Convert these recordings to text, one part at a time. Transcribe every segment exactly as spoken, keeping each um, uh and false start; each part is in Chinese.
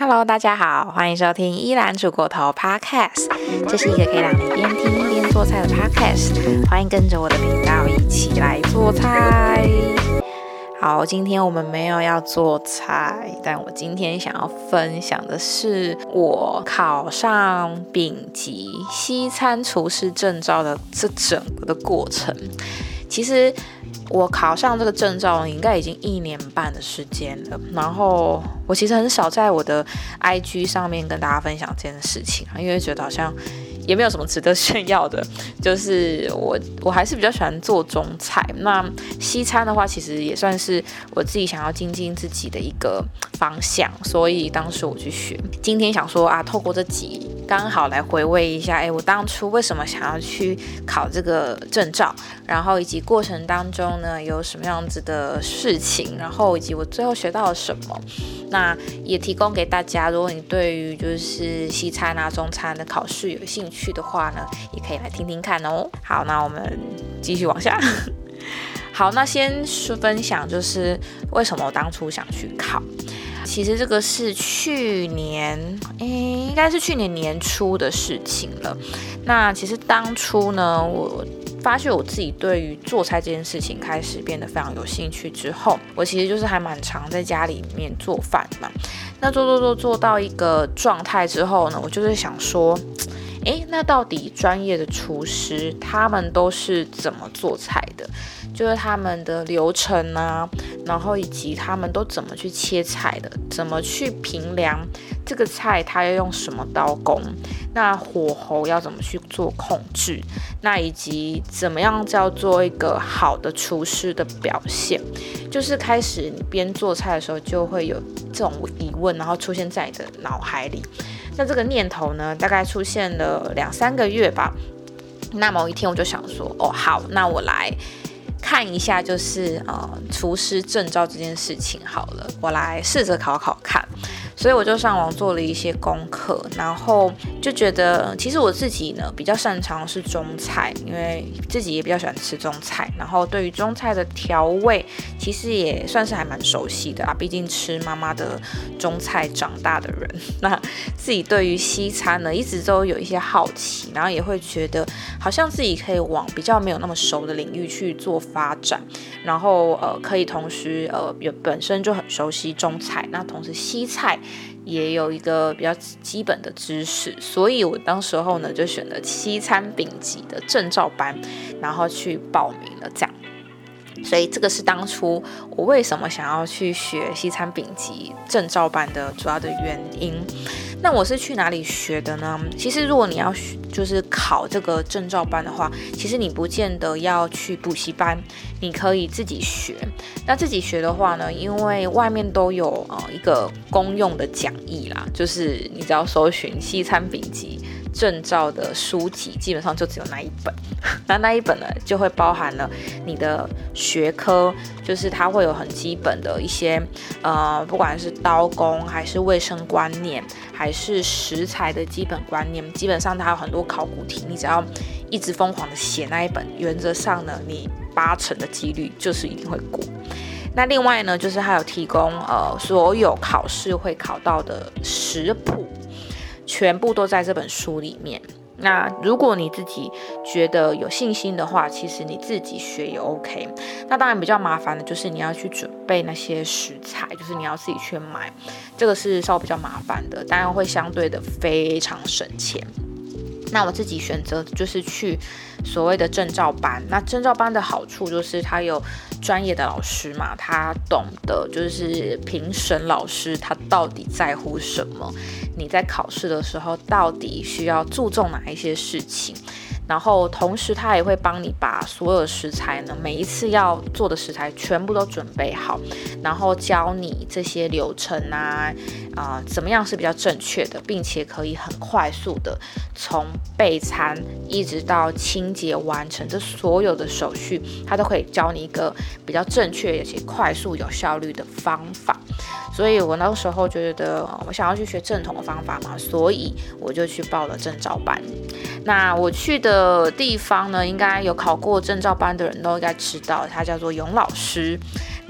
Hello， 大家好，欢迎收听依兰煮过头 Podcast， 这是一个可以让你边听边做菜的 Podcast， 欢迎跟着我的频道一起来做菜。好，今天我们没有要做菜，但我今天想要分享的是我考上丙级西餐厨师证照的这整个的过程。其实我考上这个证照应该已经一年半的时间了，然后我其实很少在我的 I G 上面跟大家分享这件事情，因为觉得好像也没有什么值得炫耀的，就是我我还是比较喜欢做中菜。那西餐的话，其实也算是我自己想要精进自己的一个方向，所以当时我去学。今天想说啊，透过这集刚好来回味一下，哎，我当初为什么想要去考这个证照，然后以及过程当中呢有什么样子的事情，然后以及我最后学到了什么。那也提供给大家，如果你对于就是西餐啊、中餐的考试有兴趣的话呢，也可以来听听看哦。好，那我们继续往下。好，那先分享就是为什么我当初想去考。其实这个是去年，诶，应该是去年年初的事情了。那其实当初呢，我发现我自己对于做菜这件事情开始变得非常有兴趣之后，我其实就是还蛮常在家里面做饭嘛。那做做做做到一个状态之后呢，我就是想说，诶，那到底专业的厨师他们都是怎么做菜的？就是他们的流程啊，然后以及他们都怎么去切菜的，怎么去评量这个菜它要用什么刀工，那火候要怎么去做控制，那以及怎么样叫做一个好的厨师的表现。就是开始你边做菜的时候就会有这种疑问，然后出现在你的脑海里。那这个念头呢，大概出现了两三个月吧。那某一天我就想说，哦，好，那我来看一下，就是呃厨师证照这件事情好了，我来试着考考看。所以我就上网做了一些功课，然后就觉得其实我自己呢比较擅长是中菜，因为自己也比较喜欢吃中菜，然后对于中菜的调味其实也算是还蛮熟悉的啊，毕竟吃妈妈的中菜长大的人。那自己对于西餐呢一直都有一些好奇，然后也会觉得好像自己可以往比较没有那么熟的领域去做发展，然后呃可以同时呃本身就很熟悉中菜，那同时西菜也有一个比较基本的知识，所以我当时候呢就选了西餐丙级的证照班，然后去报名了这样。所以这个是当初我为什么想要去学西餐丙级证照班的主要的原因。那我是去哪里学的呢？其实如果你要就是考这个证照班的话，其实你不见得要去补习班，你可以自己学。那自己学的话呢，因为外面都有呃一个公用的讲义啦，就是你只要搜寻西餐丙级证照的书籍，基本上就只有那一本。那那一本呢，就会包含了你的学科，就是它会有很基本的一些呃，不管是刀工还是卫生观念，还是食材的基本观念，基本上它有很多考古题，你只要一直疯狂的写那一本，原则上呢，你八成的几率就是一定会过。那另外呢，就是它有提供呃所有考试会考到的食谱，全部都在这本书里面。那如果你自己觉得有信心的话，其实你自己学也 OK。那当然比较麻烦的就是你要去准备那些食材，就是你要自己去买，这个是稍微比较麻烦的，当然会相对的非常省钱。那我自己选择就是去所谓的证照班。那证照班的好处就是他有专业的老师嘛，他懂得就是评审老师他到底在乎什么，你在考试的时候到底需要注重哪一些事情。然后同时他也会帮你把所有的食材呢，每一次要做的食材全部都准备好，然后教你这些流程啊，呃，怎么样是比较正确的，并且可以很快速的从备餐一直到清洁完成，这所有的手续，他都可以教你一个比较正确而且快速有效率的方法。所以我那个时候觉得我想要去学正统的方法嘛，所以我就去报了证照班。那我去的地方呢，应该有考过证照班的人都应该知道，它叫做永老师。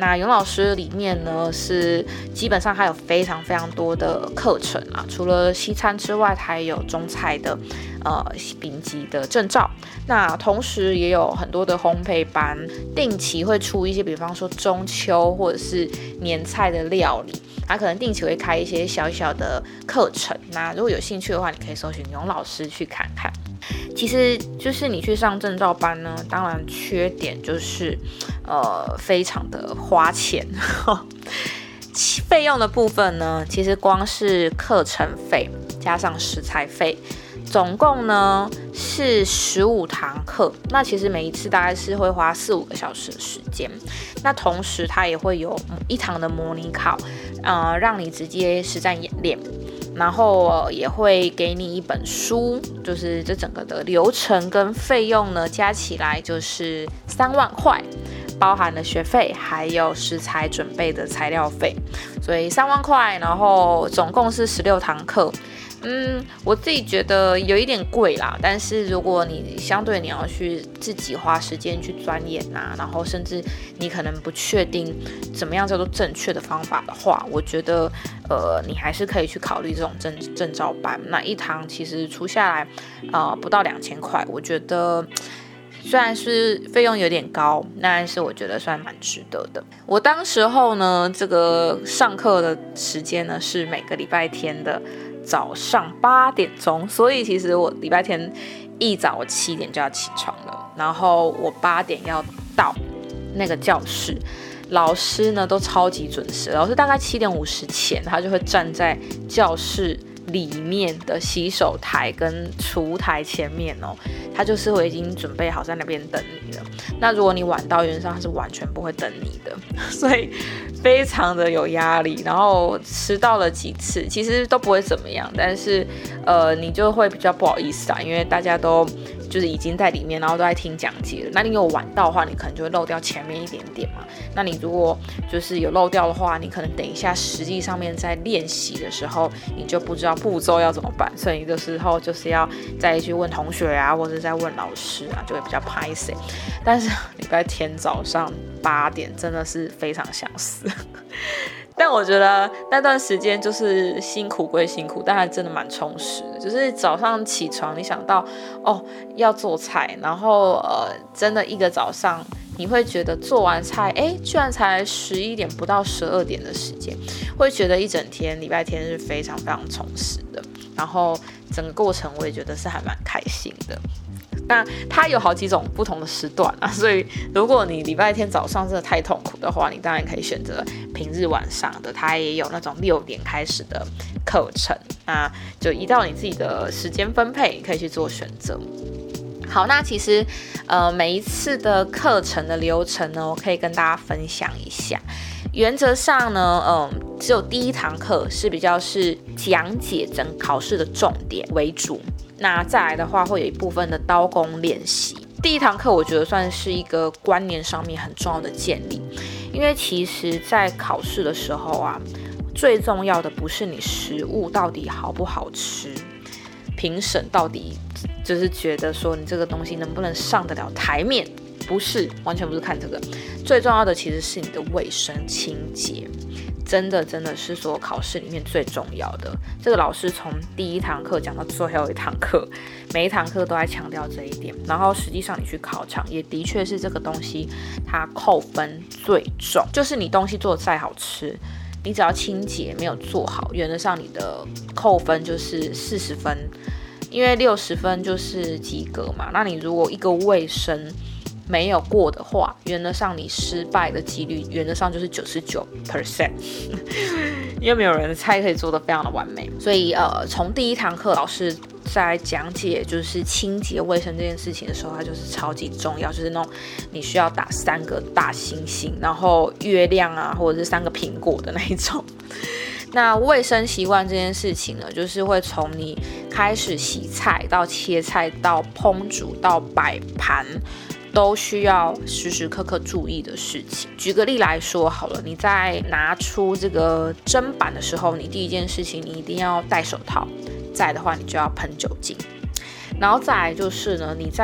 那永老师里面呢，是基本上还有非常非常多的课程啊，除了西餐之外，还有中菜的呃丙级的证照。那同时也有很多的烘焙班，定期会出一些，比方说中秋或者是年菜的料理，他可能定期会开一些小小的课程。那如果有兴趣的话，你可以搜寻永老师去看看。其实就是你去上证照班呢，当然缺点就是呃非常的花钱。费用的部分呢，其实光是课程费加上食材费，总共呢是十五堂课。那其实每一次大概是会花四五个小时的时间。那同时它也会有一堂的模拟考，呃，让你直接实战演练。然后、呃、也会给你一本书，就是这整个的流程跟费用呢加起来就是三万块，包含了学费还有食材准备的材料费，所以三万块，然后总共是十六堂课。嗯，我自己觉得有一点贵啦，但是如果你相对你要去自己花时间去钻研啊，然后甚至你可能不确定怎么样叫做正确的方法的话，我觉得呃你还是可以去考虑这种证证照班。那一堂其实出下来呃不到两千块，我觉得虽然是费用有点高，但是我觉得算蛮值得的。我当时候呢，这个上课的时间呢是每个礼拜天的早上八点钟，所以其实我礼拜天一早我七点就要起床了，然后我八点要到那个教室，老师呢都超级准时，老师大概七点五十前他就会站在教室里面的洗手台跟厨台前面哦，他就是会已经准备好在那边等你了。那如果你晚到，原则上他是完全不会等你的，所以非常的有压力。然后迟到了几次，其实都不会怎么样，但是呃，你就会比较不好意思啊，因为大家都就是已经在里面，然后都在听讲解了。那你有晚到的话，你可能就会漏掉前面一点点嘛。那你如果就是有漏掉的话，你可能等一下实际上面在练习的时候，你就不知道步骤要怎么办，所以你的时候就是要再去问同学啊，或者再问老师啊，就会比较拍谢。但是礼拜天早上八点真的是非常想死。但我觉得那段时间就是辛苦归辛苦，但还真的蛮充实的。就是早上起床，你想到哦要做菜，然后呃真的一个早上你会觉得做完菜，哎，居然才十一点不到十二点的时间，会觉得一整天礼拜天是非常非常充实的。然后整个过程我也觉得是还蛮开心的。那它有好几种不同的时段啊，所以如果你礼拜天早上真的太痛苦的话，你当然可以选择平日晚上的，它也有那种六点开始的课程，那就依照你自己的时间分配可以去做选择。好，那其实呃每一次的课程的流程呢，我可以跟大家分享一下。原则上呢，嗯，只有第一堂课是比较是讲解整考试的重点为主。那再来的话，会有一部分的刀工练习。第一堂课我觉得算是一个观念上面很重要的建立，因为其实在考试的时候啊，最重要的不是你食物到底好不好吃，评审到底就是觉得说你这个东西能不能上得了台面，不是，完全不是看这个。最重要的其实是你的卫生清洁，真的真的是所有考试里面最重要的。这个老师从第一堂课讲到最后一堂课，每一堂课都在强调这一点。然后实际上你去考场，也的确是这个东西它扣分最重，就是你东西做得再好吃，你只要清洁没有做好，原则上你的扣分就是四十分，因为六十分就是及格嘛。那你如果一个卫生没有过的话，原则上你失败的几率原则上就是 百分之九十九， 因为没有人的菜可以做得非常的完美。所以呃，从第一堂课老师在讲解就是清洁卫生这件事情的时候，它就是超级重要，就是那种你需要打三个大星星，然后月亮啊，或者是三个苹果的那一种。那卫生习惯这件事情呢，就是会从你开始洗菜到切菜到烹煮到摆盘，都需要时时刻刻注意的事情。举个例来说好了，你在拿出这个砧板的时候，你第一件事情你一定要戴手套，再来的话你就要喷酒精。然后再来就是呢，你在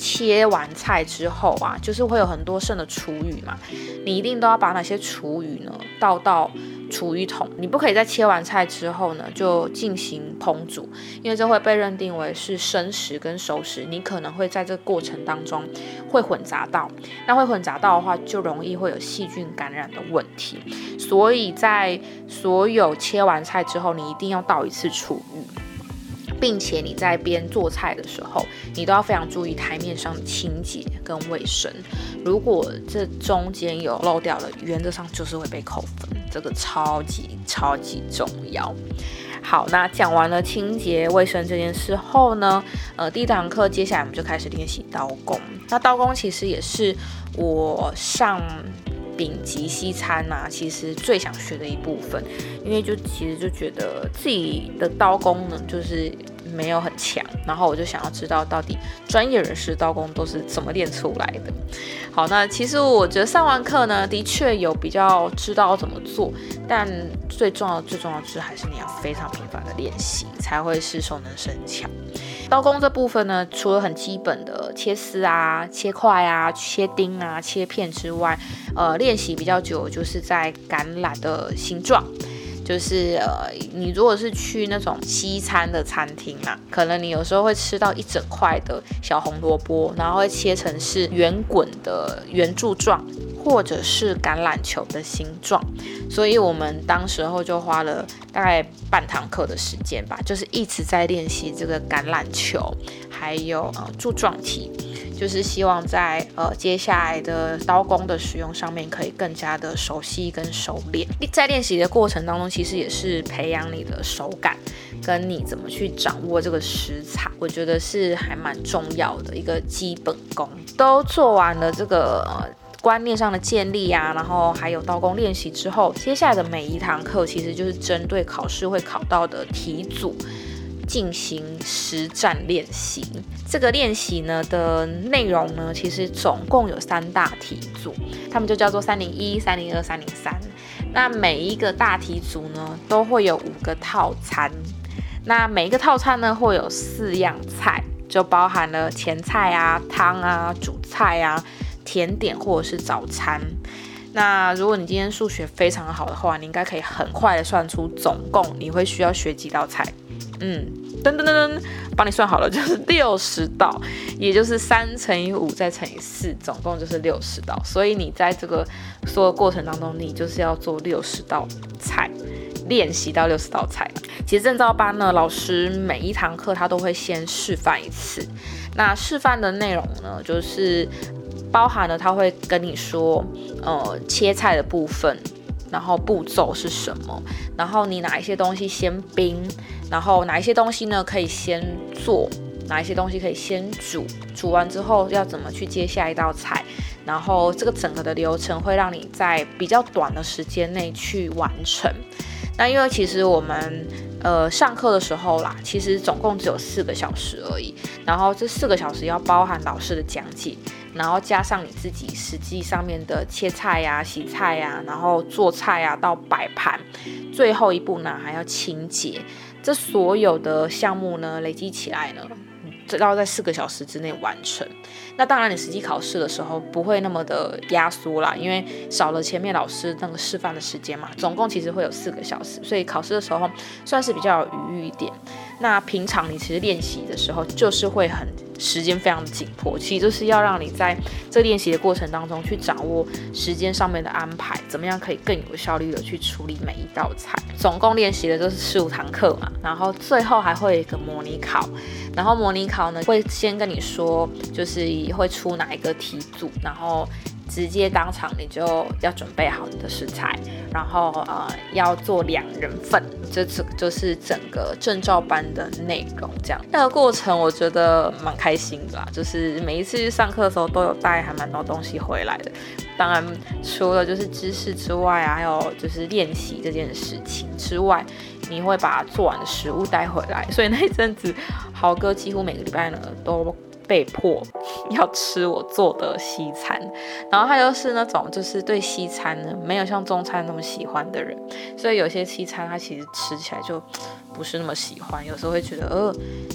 切完菜之后啊，就是会有很多剩的厨余嘛，你一定都要把那些厨余呢倒到厨余桶，你不可以在切完菜之后呢就进行烹煮，因为这会被认定为是生食跟熟食，你可能会在这个过程当中会混杂到，那会混杂到的话就容易会有细菌感染的问题，所以在所有切完菜之后，你一定要倒一次厨余，并且你在边做菜的时候，你都要非常注意台面上的清洁跟卫生。如果这中间有漏掉了，原则上就是会被扣分，这个超级超级重要。好，那讲完了清洁卫生这件事后呢，呃，第一堂课接下来我们就开始练习刀工。那刀工其实也是我上丙级西餐啊，其实最想学的一部分，因为就其实就觉得自己的刀工呢，就是没有很强，然后我就想要知道到底专业人士刀工都是怎么练出来的。好，那其实我觉得上完课呢，的确有比较知道怎么做，但最重要的最重要的是还是你要非常频繁的练习，才会是熟能生巧。刀工这部分呢，除了很基本的切丝啊、切块啊、切丁啊、切片之外，呃，练习比较久就是在橄榄的形状。就是呃，你如果是去那种西餐的餐厅啊，可能你有时候会吃到一整块的小红萝卜，然后会切成是圆滚的圆柱状，或者是橄榄球的形状。所以我们当时候就花了大概半堂课的时间吧，就是一直在练习这个橄榄球，还有呃柱状体。就是希望在呃接下来的刀工的使用上面可以更加的熟悉跟熟练。在练习的过程当中，其实也是培养你的手感，跟你怎么去掌握这个食材，我觉得是还蛮重要的一个基本功。都做完了这个呃观念上的建立啊，然后还有刀工练习之后，接下来的每一堂课其实就是针对考试会考到的题组进行实战练习。这个练习呢的内容呢，其实总共有三大题组，他们就叫做三零一、三零二、三零三。那每一个大题组呢，都会有五个套餐。那每一个套餐呢，会有四样菜，就包含了前菜啊、汤啊、主菜啊、甜点或者是早餐。那如果你今天数学非常好的话，你应该可以很快的算出总共你会需要学几道菜。嗯，噔噔噔噔，帮你算好了，就是六十道，也就是三乘以五再乘以四，总共就是六十道。所以你在这个所有过程当中，你就是要做六十道菜，练习到六十道菜。其实证照班呢，老师每一堂课他都会先示范一次。那示范的内容呢，就是包含了他会跟你说，呃，切菜的部分。然后步骤是什么？然后你哪一些东西先冰？然后哪一些东西呢可以先做？哪一些东西可以先煮？煮完之后要怎么去接下一道菜？然后这个整个的流程会让你在比较短的时间内去完成。那因为其实我们呃上课的时候啦，其实总共只有四个小时而已。然后这四个小时要包含老师的讲解。然后加上你自己实际上面的切菜呀、啊、洗菜呀、啊，然后做菜啊到摆盘，最后一步呢还要清洁。这所有的项目呢累积起来呢，要在四个小时之内完成。那当然你实际考试的时候不会那么的压缩啦，因为少了前面老师那个示范的时间嘛，总共其实会有四个小时，所以考试的时候算是比较有余裕一点。那平常你其实练习的时候就是会很时间非常的紧迫，其实就是要让你在这练习的过程当中去掌握时间上面的安排，怎么样可以更有效率的去处理每一道菜。总共练习的就是十五堂课嘛，然后最后还会有一个模拟考，然后模拟考呢会先跟你说就是会出哪一个题组，然后直接当场你就要准备好你的食材，然后呃要做两人份，这就是整个证照班的内容。这样那个过程我觉得蛮开心的啦，就是每一次去上课的时候都有带还蛮多东西回来的。当然除了就是知识之外啊，还有就是练习这件事情之外，你会把做完的食物带回来，所以那一阵子豪哥几乎每个礼拜呢都被迫要吃我做的西餐，然后他就是那种就是对西餐呢没有像中餐那么喜欢的人，所以有些西餐他其实吃起来就不是那么喜欢，有时候会觉得呃，你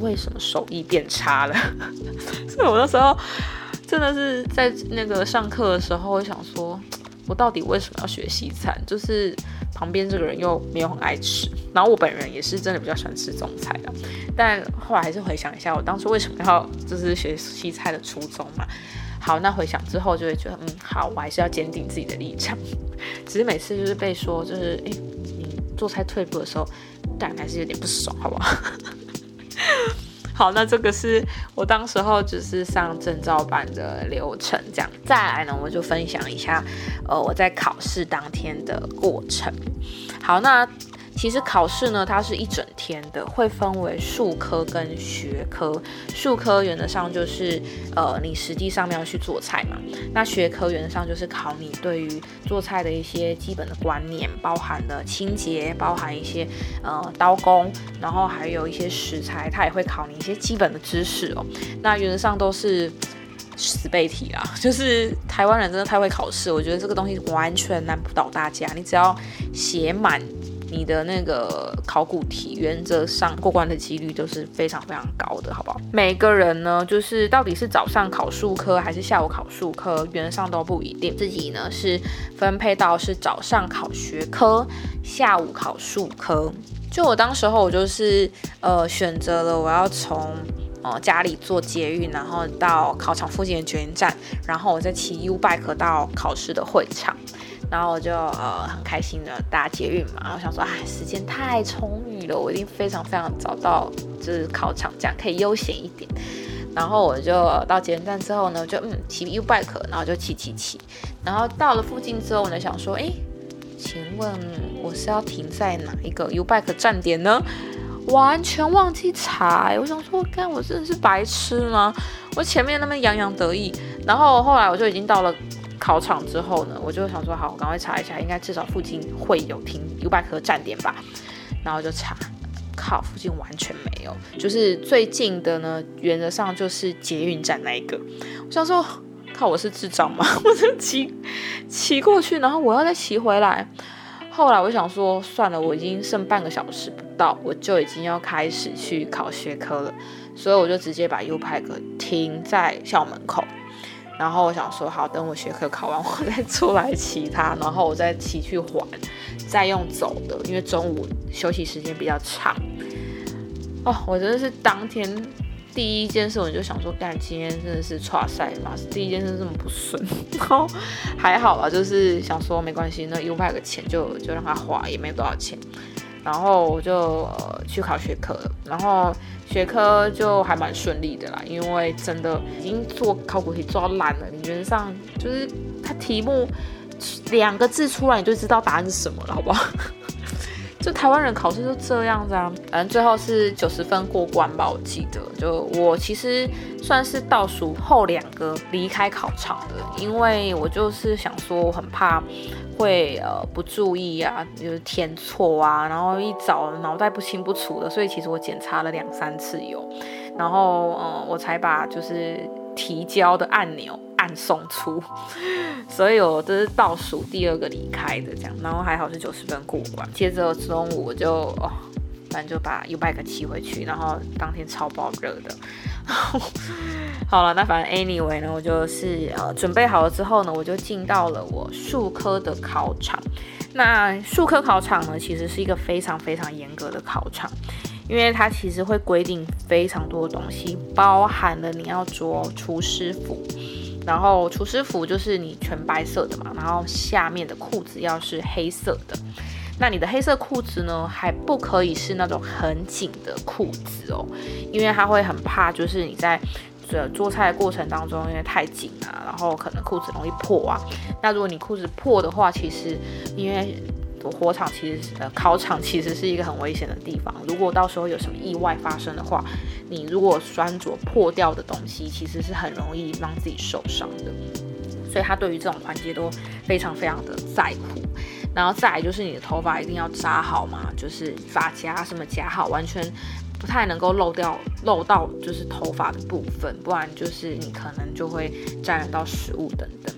为什么手艺变差了？所以我那时候真的是在那个上课的时候，我想说，我到底为什么要学西餐？就是旁边这个人又没有很爱吃，然后我本人也是真的比较喜欢吃中菜的，但后来还是回想一下，我当初为什么要就是学西菜的初衷嘛。好，那回想之后就会觉得，嗯，好，我还是要坚定自己的立场。只是每次就是被说，就是哎，你做菜退步的时候，但还是有点不爽，好不好？好，那这个是我当时候就是上证照班的流程，这样。再来呢，我就分享一下，呃，我在考试当天的过程。好，那其实考试呢，它是一整天的，会分为术科跟学科。术科原则上就是呃，你实际上面要去做菜嘛。那学科原则上就是考你对于做菜的一些基本的观念，包含了清洁，包含一些呃刀工，然后还有一些食材，它也会考你一些基本的知识哦。那原则上都是死背题啦，就是台湾人真的太会考试，我觉得这个东西完全难不倒大家，你只要写满你的那个考古题，原则上过关的几率都是非常非常高的，好不好？每个人呢，就是到底是早上考术科还是下午考术科，原则上都不一定。自己呢是分配到是早上考学科，下午考术科。就我当时候，我就是呃选择了我要从呃家里坐捷运，然后到考场附近的捷运站，然后我再骑 U-Bike 到考试的会场。然后我就呃很开心的搭捷运嘛，然后想说，哎，时间太充裕了，我一定非常非常早到就是考场，这样可以悠闲一点。然后我就到捷运站之后呢，就嗯骑 U-Bike， 然后就骑骑骑，然后到了附近之后呢，想说，哎，请问我是要停在哪一个 U-Bike 站点呢？完全忘记查、欸，我想说，干我真的是白痴吗？我前面那边洋洋得意，然后后来我就已经到了考场之后呢，我就想说好，我赶快查一下，应该至少附近会有停 U-Bike 站点吧。然后就查，靠，附近完全没有，就是最近的呢，原则上就是捷运站那一个。我想说，靠，我是智障吗？我就骑骑过去，然后我要再骑回来。后来我想说，算了，我已经剩半个小时不到，我就已经要开始去考学科了，所以我就直接把 U-Bike 停在校门口。然后我想说，好，等我学科考完，我再出来骑它，然后我再骑去还，再用走的，因为中午休息时间比较长。哦，我真的是当天第一件事，我就想说，干，今天真的是剉赛嘛，第一件事这么不顺，然后还好啦，就是想说没关系，那 U-Bike 钱就就让他花，也没多少钱。然后我就、呃、去考学科了，然后学科就还蛮顺利的啦，因为真的已经做考古题做到烂了，你原则上就是它题目两个字出来你就知道答案是什么了，好不好？就台湾人考试就这样子啊，反正最后是九十分过关吧，我记得。就我其实算是倒数后两个离开考场的，因为我就是想说，我很怕会呃不注意啊，就是填错啊，然后一早脑袋不清不楚的，所以其实我检查了两三次油，然后呃我才把就是提交的按钮按送出，所以我这是倒数第二个离开的这样，然后还好是九十分过关。接着中午我就哦，反正就把 U-Bike 骑回去，然后当天超爆热的。好了，那反正 anyway 呢，我就是呃准备好了之后呢，我就进到了我术科的考场。那术科考场呢，其实是一个非常非常严格的考场。因为它其实会规定非常多的东西，包含了你要着厨师服，然后厨师服就是你全白色的嘛，然后下面的裤子要是黑色的。那你的黑色裤子呢，还不可以是那种很紧的裤子哦，因为它会很怕，就是你在做菜的过程当中，因为太紧啊，然后可能裤子容易破啊。那如果你裤子破的话，其实因为火场其实呃考场其实是一个很危险的地方，如果到时候有什么意外发生的话，你如果穿着破掉的东西，其实是很容易让自己受伤的。所以他对于这种环节都非常非常的在乎。然后再来就是你的头发一定要扎好嘛，就是发夹什么夹好，完全不太能够漏掉漏到就是头发的部分，不然就是你可能就会沾染到食物等等。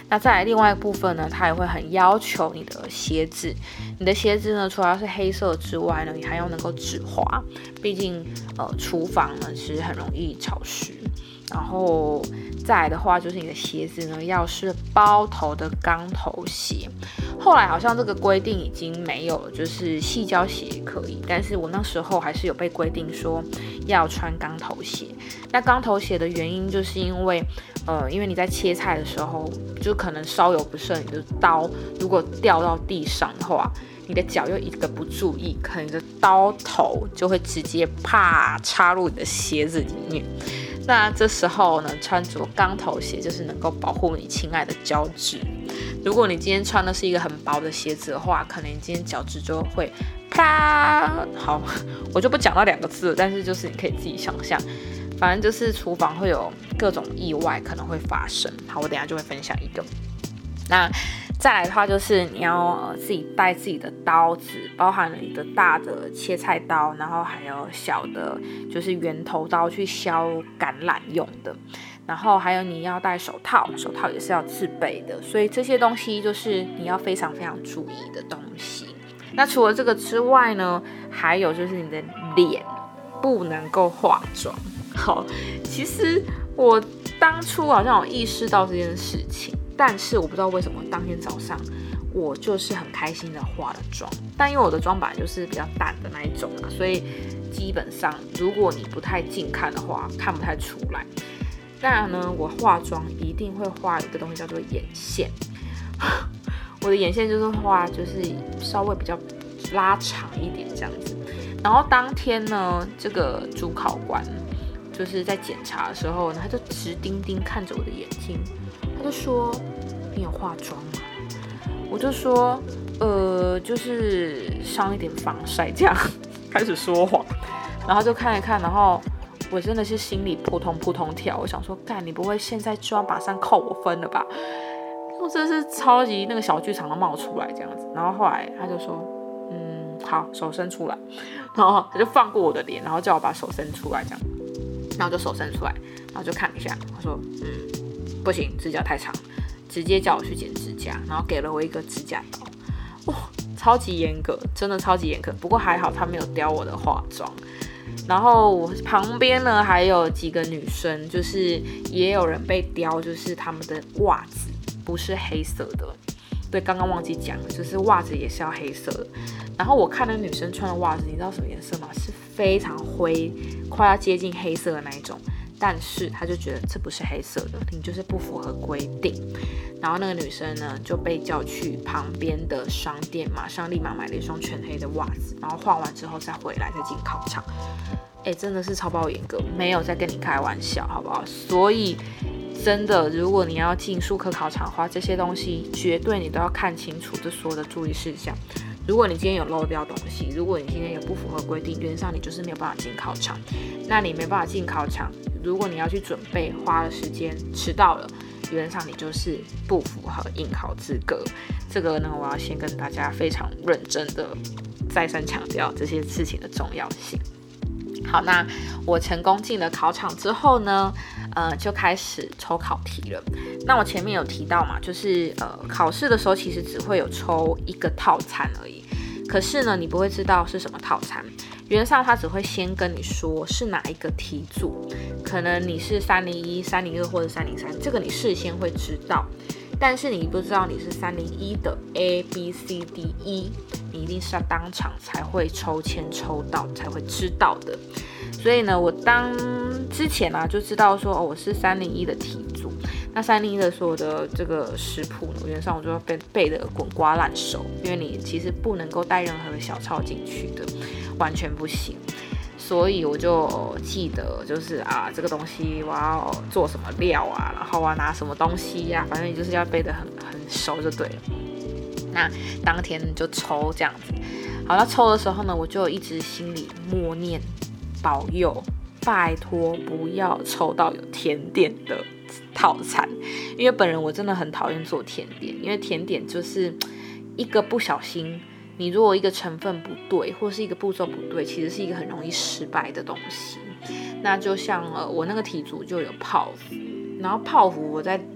那再来另外一部分呢，它也会很要求你的鞋子，你的鞋子呢，除了是黑色之外呢，你还要能够止滑，毕竟呃厨房呢其实很容易潮湿。然后再来的话，就是你的鞋子呢要是包头的钢头鞋。后来好像这个规定已经没有了，就是细胶鞋也可以，但是我那时候还是有被规定说要穿钢头鞋。那钢头鞋的原因就是因为，呃，因为你在切菜的时候，就可能稍有不慎，你的刀如果掉到地上的话，你的脚又一个不注意，可能你的刀头就会直接啪插入你的鞋子里面。那这时候呢，穿着钢头鞋就是能够保护你亲爱的脚趾。如果你今天穿的是一个很薄的鞋子的话，可能你今天脚趾就会啪。好，我就不讲到两个字了，但是就是你可以自己想象，反正就是厨房会有各种意外可能会发生。好，我等一下就会分享一个。那再来的话，就是你要、呃、自己带自己的刀子，包含了你的大的切菜刀，然后还有小的，就是圆头刀去削橄榄用的，然后还有你要戴手套，手套也是要自备的，所以这些东西就是你要非常非常注意的东西。那除了这个之外呢，还有就是你的脸不能够化妆。好，其实我当初好像有意识到这件事情。但是我不知道为什么当天早上我就是很开心的化了妆，但因为我的妆本来就是比较淡的那一种嘛，所以基本上如果你不太近看的话，看不太出来。那呢，我化妆一定会画一个东西叫做眼线，我的眼线就是画就是稍微比较拉长一点这样子。然后当天呢，这个主考官就是在检查的时候呢，他就直盯盯看着我的眼睛。他就说：“你有化妆吗？”我就说：“呃，就是上一点防晒这样。”开始说谎，然后就看一看，然后我真的是心里扑通扑通跳。我想说，干，你不会现在就要马上扣我分了吧？我真的是超级那个小剧场都冒出来这样子。然后后来他就说：“嗯，好，手伸出来。”然后他就放过我的脸，然后叫我把手伸出来这样。然后就手伸出来，然后就看一下，他说：“嗯。”不行，指甲太长，直接叫我去剪指甲，然后给了我一个指甲刀，哇，超级严格，真的超级严格。不过还好他没有刁我的化妆。然后我旁边呢还有几个女生，就是也有人被刁，就是他们的袜子不是黑色的。对，刚刚忘记讲了，就是袜子也是要黑色的。然后我看那女生穿的袜子，你知道什么颜色吗？是非常灰，快要接近黑色的那一种。但是他就觉得这不是黑色的，你就是不符合规定。然后那个女生呢就被叫去旁边的商店，马上立马买了一双全黑的袜子，然后画完之后再回来再进考场。哎，真的是超爆严格，没有在跟你开玩笑，好不好？所以真的，如果你要进术科考场的话，这些东西绝对你都要看清楚这所有的注意事项。如果你今天有漏掉东西，如果你今天有不符合规定，原则上你就是没有办法进考场。那你没办法进考场，如果你要去准备，花了时间迟到了，原则上你就是不符合应考资格。这个呢，我要先跟大家非常认真的再三强调这些事情的重要性。好，那我成功进了考场之后呢，呃，就开始抽考题了。那我前面有提到嘛，就是呃，考试的时候其实只会有抽一个套餐而已。可是呢，你不会知道是什么套餐。原则上，他只会先跟你说是哪一个题组，可能你是三零一、三零二或者三零三，这个你事先会知道。但是你不知道你是三零一的 A B C D E， 你一定是要当场才会抽签抽到，才会知道的。所以呢，我当之前啊就知道说，哦，我是三零一的题组。那三零一的所有的这个食谱呢，原则上我就要背背得滚瓜烂熟，因为你其实不能够带任何的小抄进去的，完全不行。所以我就记得，就是啊，这个东西我要做什么料啊，然后我要拿什么东西呀、啊，反正你就是要背得很很熟就对了。那当天就抽这样子。好，那抽的时候呢，我就一直心里默念保佑，拜托不要抽到有甜点的套餐，因为本人我真的很讨厌做甜点，因为甜点就是一个不小心。你如果一个成分不对，或是一个步骤不对，其实是一个很容易失败的东西。那就像呃，我那个题组就有泡芙，然后泡芙我在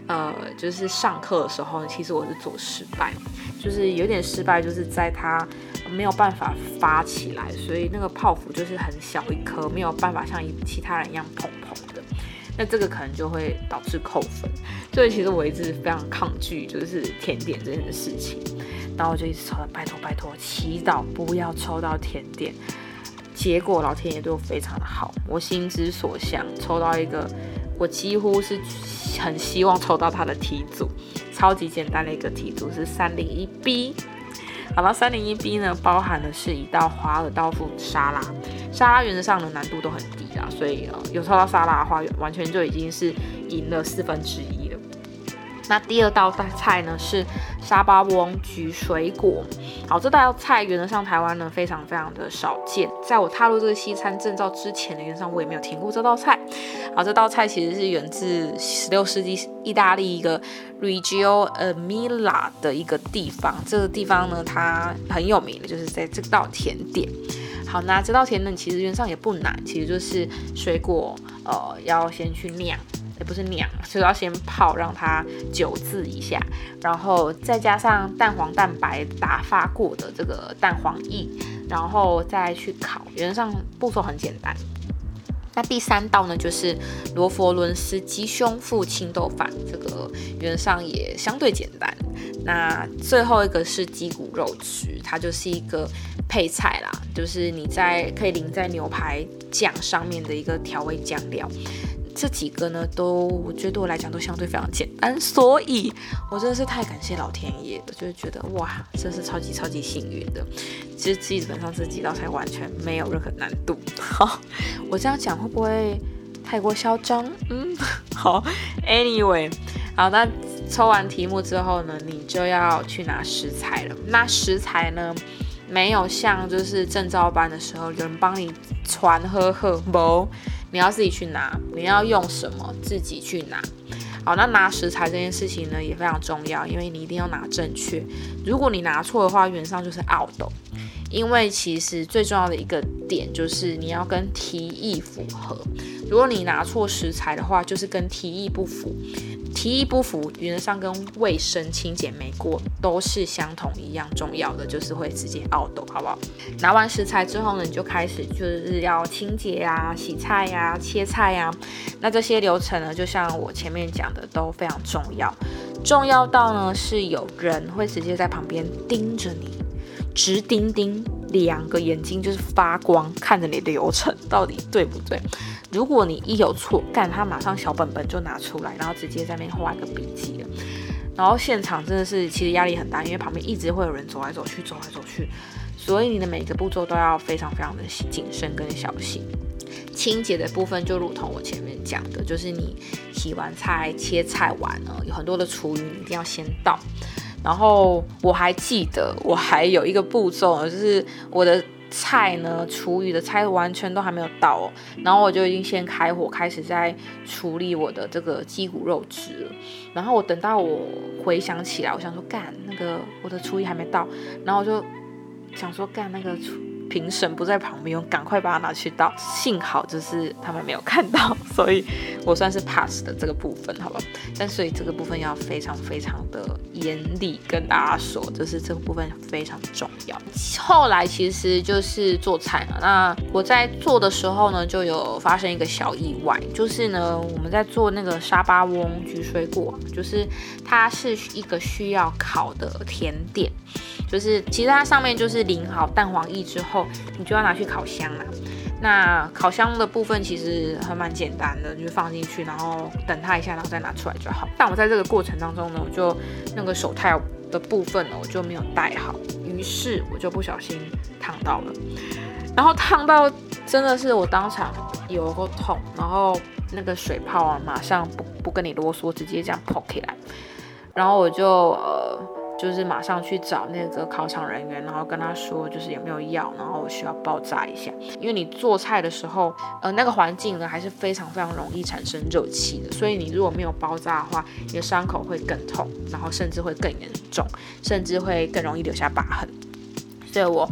呃，就是上课的时候，其实我是做失败，就是有点失败，就是在它没有办法发起来，所以那个泡芙就是很小一颗，没有办法像其他人一样蓬蓬的。那这个可能就会导致扣分，所以其实我一直非常抗拒就是甜点这件事情，然后我就一直抽，拜托拜托，祈祷不要抽到甜点。结果老天爷对我非常的好，我心之所向，抽到一个我几乎是很希望抽到它的题组，超级简单的一个题组是三零一 B。好了，三零一 B 呢，包含的是一道华尔道夫沙拉，沙拉原则上的难度都很低啦，所以、呃、有抽到沙拉的话，完全就已经是赢了四分之一了。那第二道菜呢是沙巴翁焗水果，好，这道菜原则上台湾呢非常非常的少见，在我踏入这个西餐证照之前呢，原则上我也没有听过这道菜。好，这道菜其实是源自十六世纪意大利一个 Reggio Emilia 的一个地方，这个地方呢它很有名的就是在这道甜点。好，那这道甜点其实原则上也不难，其实就是水果呃要先去酿。也不是酿，所以要先泡，让它酒渍一下，然后再加上蛋黄蛋白打发过的这个蛋黄液，然后再去烤。原则上步骤很简单。那第三道呢，就是罗佛伦斯鸡胸腹青豆饭，这个原则上也相对简单。那最后一个是鸡骨肉汁，它就是一个配菜啦，就是你在可以淋在牛排酱上面的一个调味酱料。这几个呢，都我觉得对我来讲都相对非常简单，所以我真的是太感谢老天爷了，就是觉得哇，真是超级超级幸运的。其实基本上这几道菜完全没有任何难度。好，我这样讲会不会太过嚣张？嗯，好 ，anyway， 好，那抽完题目之后呢，你就要去拿食材了。那食材呢，没有像就是证照班的时候有人帮你传呵呵，不。你要自己去拿，你要用什么自己去拿。好，那拿食材这件事情呢也非常重要，因为你一定要拿正确。如果你拿错的话，原则上就是 out。因为其实最重要的一个点就是你要跟题意符合。如果你拿错食材的话，就是跟题意不符。题意不符，原则上跟卫生、清洁没过都是相同一样重要的，就是会直接 out， 好不好？拿完食材之后呢，你就开始就是要清洁啊、洗菜啊、切菜啊。那这些流程呢，就像我前面讲的，都非常重要。重要到呢，是有人会直接在旁边盯着你，直盯盯，两个眼睛就是发光，看着你的流程到底对不对。如果你一有错，干他马上小本本就拿出来，然后直接在那边画一个笔记了。然后现场真的是其实压力很大，因为旁边一直会有人走来走去，走来走去，所以你的每个步骤都要非常非常的谨慎跟小心。清洁的部分就如同我前面讲的，就是你洗完菜、切菜完呢，有很多的厨余你一定要先倒。然后我还记得，我还有一个步骤呢，就是我的菜呢，厨余的菜完全都还没有倒哦，然后我就已经先开火开始在处理我的这个鸡骨肉汁了。然后我等到我回想起来，我想说干那个我的厨余还没倒，然后我就想说干那个评审不在旁边，我赶快把它拿去倒。幸好就是他们没有看到，所以我算是 pass 的这个部分，好吧？但所以这个部分要非常非常的严厉跟大家说，就是这个部分非常重要。后来其实就是做菜了，那我在做的时候呢，就有发生一个小意外，就是呢我们在做那个沙巴翁焗水果，就是它是一个需要烤的甜点。就是其实它上面就是淋好蛋黄液之后，你就要拿去烤箱啦。那烤箱的部分其实还蛮简单的，就是放进去，然后等它一下，然后再拿出来就好。但我在这个过程当中呢，我就那个手套的部分呢，我就没有戴好，于是我就不小心烫到了，然后烫到真的是我当场有够痛，然后那个水泡啊，马上不不跟你啰嗦，直接这样破起来，然后我就呃。就是马上去找那个考场人员，然后跟他说就是有没有药，然后我需要爆炸一下。因为你做菜的时候，呃，那个环境呢还是非常非常容易产生热气的，所以你如果没有爆炸的话，你的伤口会更痛，然后甚至会更严重，甚至会更容易留下疤痕。所以我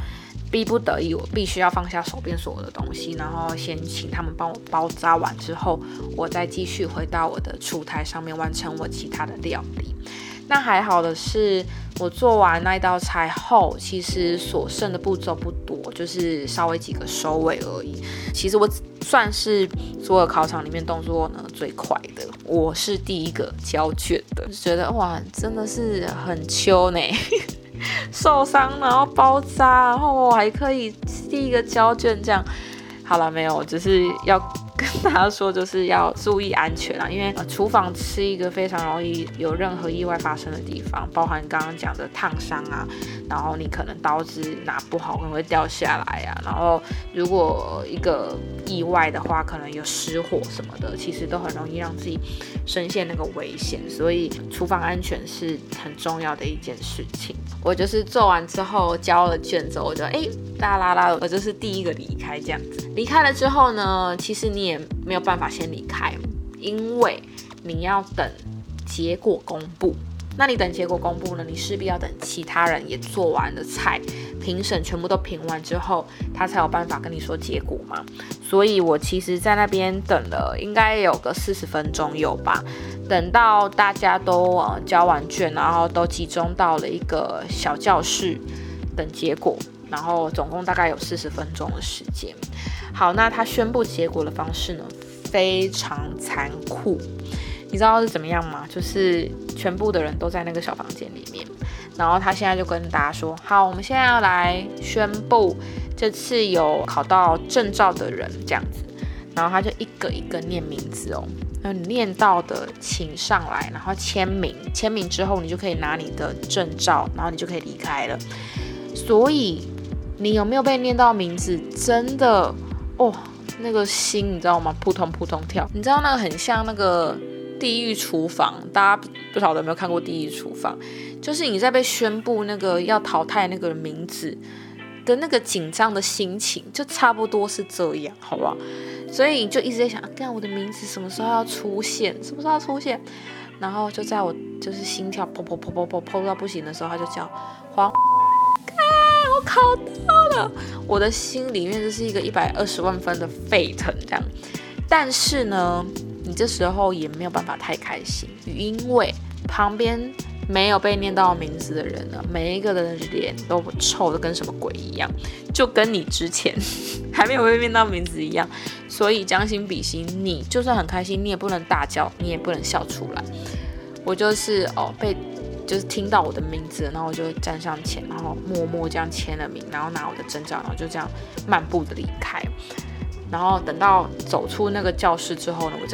逼不得已，我必须要放下手边所有的东西，然后先请他们帮我包扎完之后，我再继续回到我的厨台上面完成我其他的料理。那还好的是，我做完那一道菜后，其实所剩的步骤不多，就是稍微几个收尾而已。其实我算是所有考场里面动作呢最快的，我是第一个交卷的，觉得哇，真的是很秋呢。受伤然后包扎，然后我还可以第一个交卷这样。好了，没有，只是要跟大家说，就是要注意安全啦，因为、呃、厨房是一个非常容易有任何意外发生的地方，包含刚刚讲的烫伤啊，然后你可能刀子拿不好可能会掉下来啊，然后如果一个意外的话，可能有失火什么的，其实都很容易让自己深陷那个危险，所以厨房安全是很重要的一件事情。我就是做完之后交了卷子，我就哎啦啦啦，我就是第一个离开这样子。离开了之后呢，其实你也没有办法先离开，因为你要等结果公布。那你等结果公布呢，你势必要等其他人也做完了菜，评审全部都评完之后，他才有办法跟你说结果嘛。所以我其实在那边等了应该有个四十分钟有吧，等到大家都、呃、交完卷，然后都集中到了一个小教室等结果，然后总共大概有四十分钟的时间。好，那他宣布结果的方式呢，非常残酷。你知道是怎么样吗？就是全部的人都在那个小房间里面，然后他现在就跟大家说，好，我们现在要来宣布这次有考到证照的人这样子，然后他就一个一个念名字哦，然后你念到的请上来，然后签名，签名之后你就可以拿你的证照，然后你就可以离开了。所以你有没有被念到名字？真的哦，那个心你知道吗？扑通扑通跳，你知道那个很像那个地狱厨房，大家不晓得有没有看过地狱厨房？就是你在被宣布那个要淘汰那个名字的那个紧张的心情，就差不多是这样，好不好？所以你就一直在想，啊，干我的名字什么时候要出现？什么时候要出现？然后就在我就是心跳砰砰砰砰砰砰到不行的时候，他就叫黄，干我考到了，我的心里面就是一个一百二十万分的沸腾这样。但是呢，你这时候也没有办法太开心，因为旁边没有被念到名字的人呢，每一个人的脸都臭的跟什么鬼一样，就跟你之前还没有被念到名字一样。所以将心比心，你就算很开心，你也不能大叫，你也不能笑出来。我就是哦被就是听到我的名字，然后我就站上前，然后默默这样签了名，然后拿我的证照，然后就这样漫步的离开。然后等到走出那个教室之后呢，我就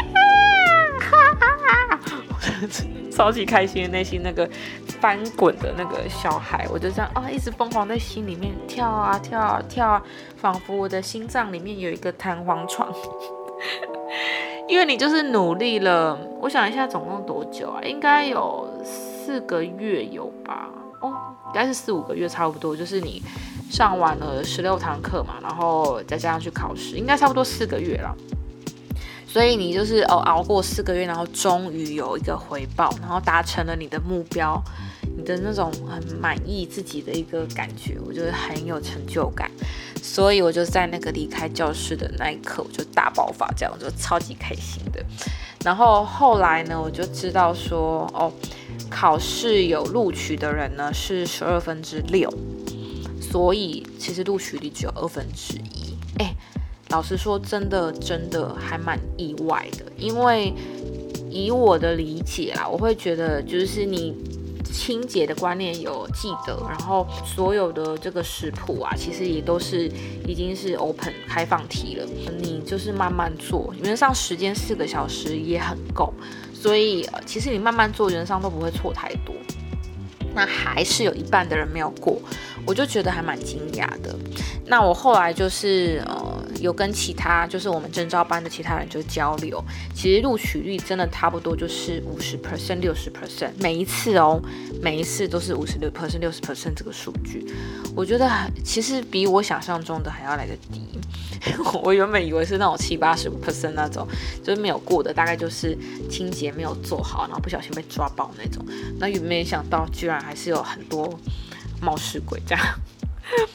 超级开心的内心那个翻滚的那个小孩，我就这样啊、哦，一直疯狂在心里面跳啊跳啊跳啊，仿佛我的心脏里面有一个弹簧床。因为你就是努力了，我想一下总共多久啊？应该有四个月有吧？哦，应该是四五个月差不多，就是你上完了十六堂课嘛，然后再加上去考试，应该差不多四个月了。所以你就是哦熬过四个月，然后终于有一个回报，然后达成了你的目标，你的那种很满意自己的一个感觉，我觉得很有成就感。所以我就在那个离开教室的那一刻，我就大爆发，这样我就超级开心的。然后后来呢，我就知道说，哦，考试有录取的人呢是十二分之六，所以其实录取率只有二分之一。哎，老实说，真的真的还蛮意外的，因为以我的理解啦，我会觉得就是你清洁的观念有记得，然后所有的这个食谱啊，其实也都是已经是 open 开放题了，你就是慢慢做，原则上时间四个小时也很够，所以、呃、其实你慢慢做，原则上都不会错太多。那还是有一半的人没有过，我就觉得还蛮惊讶的。那我后来就是呃有跟其他就是我们证照班的其他人就交流，其实录取率真的差不多就是百分之五十、六十 percent， 每一次哦，每一次都是百分之五十、六十 六十 percent 这个数据，我觉得其实比我想象中的还要来得低。我原本以为是那种七八十 percent 那种，就是没有过的，大概就是清洁没有做好，然后不小心被抓爆那种。那也没想到，居然还是有很多冒失鬼这样。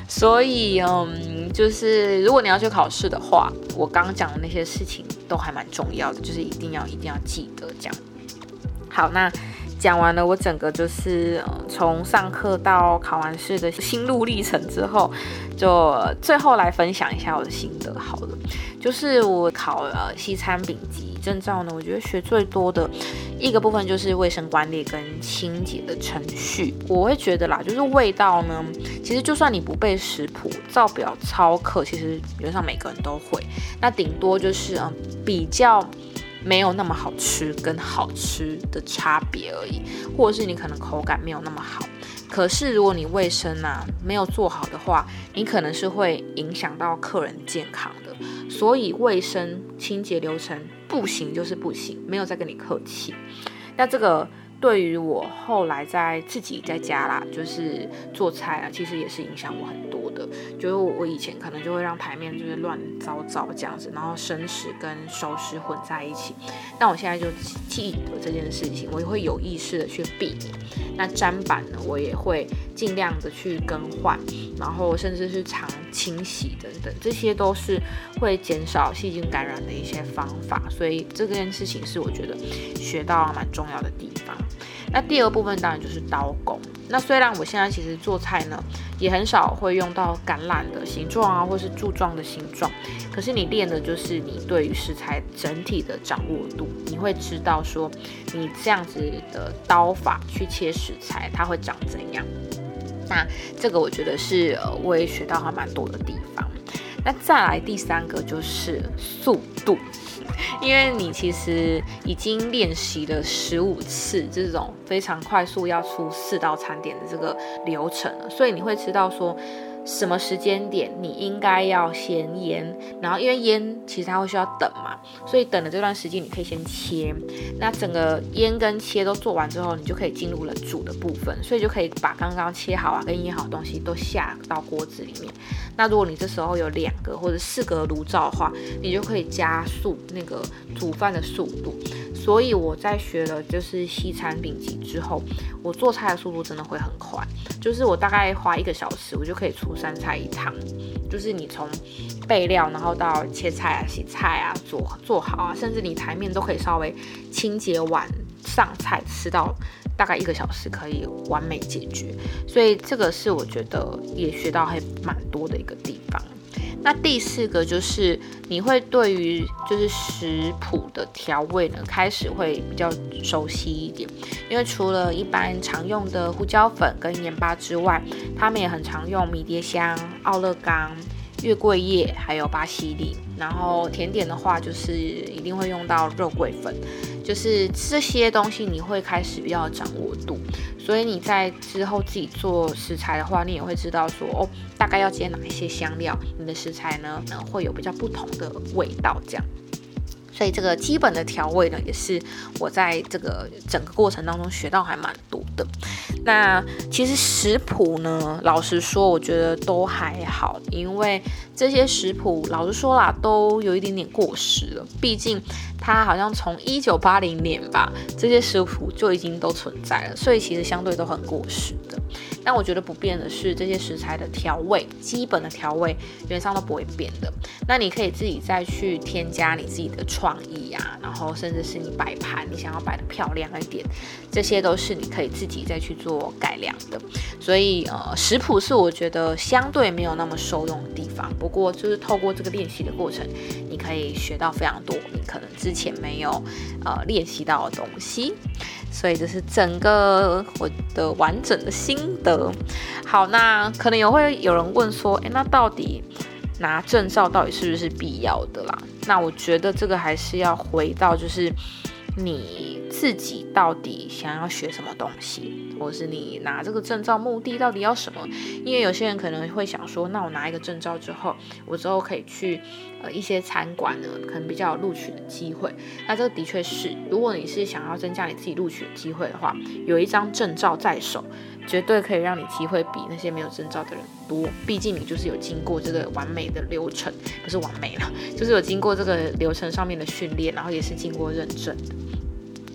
所以嗯，就是如果你要去考试的话，我刚刚讲的那些事情都还蛮重要的，就是一定要一定要记得这样。好，那讲完了我整个就是从、呃、上课到考完试的心路历程之后，就最后来分享一下我的心得好了。就是我考呃西餐丙级证照呢，我觉得学最多的一个部分就是卫生观念跟清洁的程序。我会觉得啦，就是味道呢，其实就算你不背食谱，照表操课，其实原则上每个人都会。那顶多就是嗯比较没有那么好吃跟好吃的差别而已，或者是你可能口感没有那么好。可是如果你卫生啊没有做好的话，你可能是会影响到客人健康的。所以卫生清洁流程不行就是不行，没有再跟你客气。那这个对于我后来在自己在家啦，就是做菜啊，其实也是影响我很多的。就是我以前可能就会让台面就是乱糟糟这样子，然后生食跟熟食混在一起。但我现在就记得这件事情，我也会有意识的去避免。那砧板呢，我也会尽量的去更换，然后甚至是常清洗等等，这些都是会减少细菌感染的一些方法。所以这件事情是我觉得学到蛮重要的地方。那第二部分当然就是刀工。那虽然我现在其实做菜呢，也很少会用到橄榄的形状啊，或是柱状的形状，可是你练的就是你对于食材整体的掌握度，你会知道说你这样子的刀法去切食材，它会长怎样。那这个我觉得是呃，我也学到还蛮多的地方。那再来第三个就是速度。因为你其实已经练习了十五次这种非常快速要出四道餐点的这个流程了，所以你会知道说什么时间点你应该要先腌，然后因为腌其实它会需要等嘛，所以等的这段时间你可以先切。那整个腌跟切都做完之后，你就可以进入了煮的部分，所以就可以把刚刚切好啊跟腌好的东西都下到锅子里面。那如果你这时候有两个或者四个炉灶的话，你就可以加速那个煮饭的速度。所以我在学了就是西餐丙级之后，我做菜的速度真的会很快，就是我大概花一个小时，我就可以出三菜一汤。就是你从备料，然后到切菜啊、洗菜啊、做做好啊，甚至你台面都可以稍微清洁完上菜，吃到大概一个小时可以完美解决。所以这个是我觉得也学到还蛮多的一个地方。那第四个就是你会对于就是食谱的调味呢，开始会比较熟悉一点，因为除了一般常用的胡椒粉跟盐巴之外，他们也很常用迷迭香、奥勒冈、月桂叶还有巴西利。然后甜点的话就是一定会用到肉桂粉，就是这些东西你会开始比较有掌握度，所以你在之后自己做食材的话，你也会知道说哦，大概要加哪一些香料，你的食材呢可能会有比较不同的味道这样。所以这个基本的调味呢，也是我在这个整个过程当中学到还蛮多的。那其实食谱呢，老实说我觉得都还好，因为这些食谱老实说啦，都有一点点过时了。毕竟它好像从一九八零年吧，这些食谱就已经都存在了，所以其实相对都很过时的。但我觉得不变的是，这些食材的调味，基本的调味原则上都不会变的。那你可以自己再去添加你自己的创意啊，然后甚至是你摆盘，你想要摆得漂亮一点，这些都是你可以自己再去做改良的。所以呃，食谱是我觉得相对没有那么受用的地方，不过就是透过这个练习的过程，你可以学到非常多你可能之前没有呃练习到的东西。所以这是整个我的完整的心得。好，那可能也会有人问说，诶，那到底拿证照到底是不是必要的啦？那我觉得这个还是要回到就是你自己到底想要学什么东西，或者是你拿这个证照目的到底要什么。因为有些人可能会想说，那我拿一个证照之后，我之后可以去呃一些餐馆呢，可能比较有录取的机会。那这个的确是，如果你是想要增加你自己录取的机会的话，有一张证照在手，绝对可以让你机会比那些没有证照的人多。毕竟你就是有经过这个完美的流程，不是完美啦，就是有经过这个流程上面的训练，然后也是经过认证的。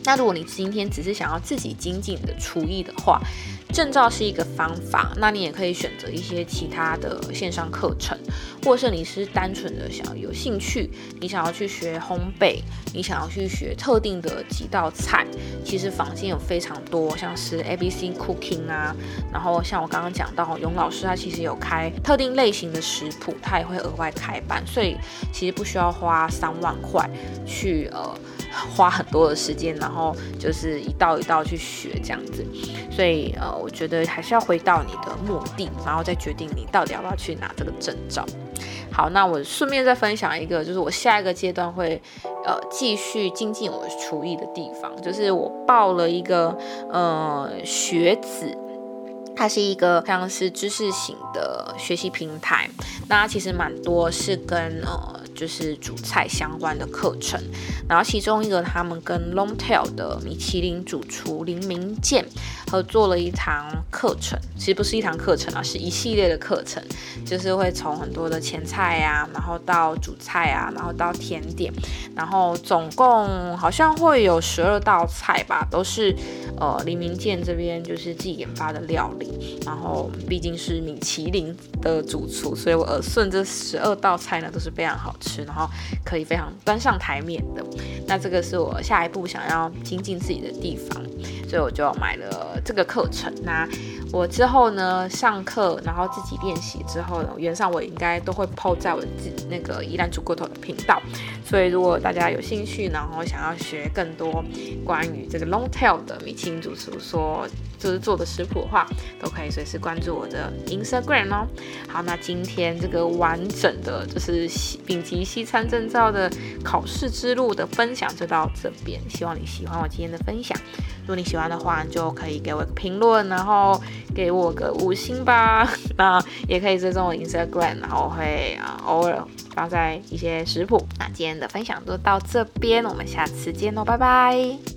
那如果你今天只是想要自己精进你的厨艺的话，证照是一个方法，那你也可以选择一些其他的线上课程，或者是你是单纯的想要有兴趣，你想要去学烘焙，你想要去学特定的几道菜，其实坊间有非常多，像是 A B C Cooking 啊，然后像我刚刚讲到永老师他其实有开特定类型的食谱，他也会额外开班，所以其实不需要花三万块去呃花很多的时间，然后就是一道一道去学这样子，所以呃，我觉得还是要回到你的目的，然后再决定你到底要不要去拿这个证照。好，那我顺便再分享一个，就是我下一个阶段会呃继续精进我厨艺的地方，就是我报了一个呃学子。它是一个像是知识型的学习平台，那其实蛮多是跟呃就是煮菜相关的课程，然后其中一个他们跟 Longtail 的米其林主厨林明健合作了一堂课程，其实不是一堂课程啊，是一系列的课程，就是会从很多的前菜啊，然后到主菜啊，然后到甜点，然后总共好像会有十二道菜吧，都是呃林明健这边就是自己研发的料理。然后毕竟是米其林的主厨，所以我耳顺这十二道菜呢都是非常好吃，然后可以非常端上台面的。那这个是我下一步想要精进自己的地方，所以我就买了这个课程。那我之后呢上课，然后自己练习之后呢，原上我应该都会 po 在我自那个宜兰煮锅头的频道。所以如果大家有兴趣，然后想要学更多关于这个 Longtail 的米其林主厨所就是做的食谱的话，都可以随时关注我的 Instagram 哦。好，那今天这个完整的就是丙级西餐证照的考试之路的分享就到这边，希望你喜欢我今天的分享。如果你喜欢的话，就可以给我一个评论，然后给我个五星吧。那也可以追踪我 Instagram， 然后我会、呃、偶尔放在一些食谱。那今天的分享就到这边，我们下次见喽，拜拜。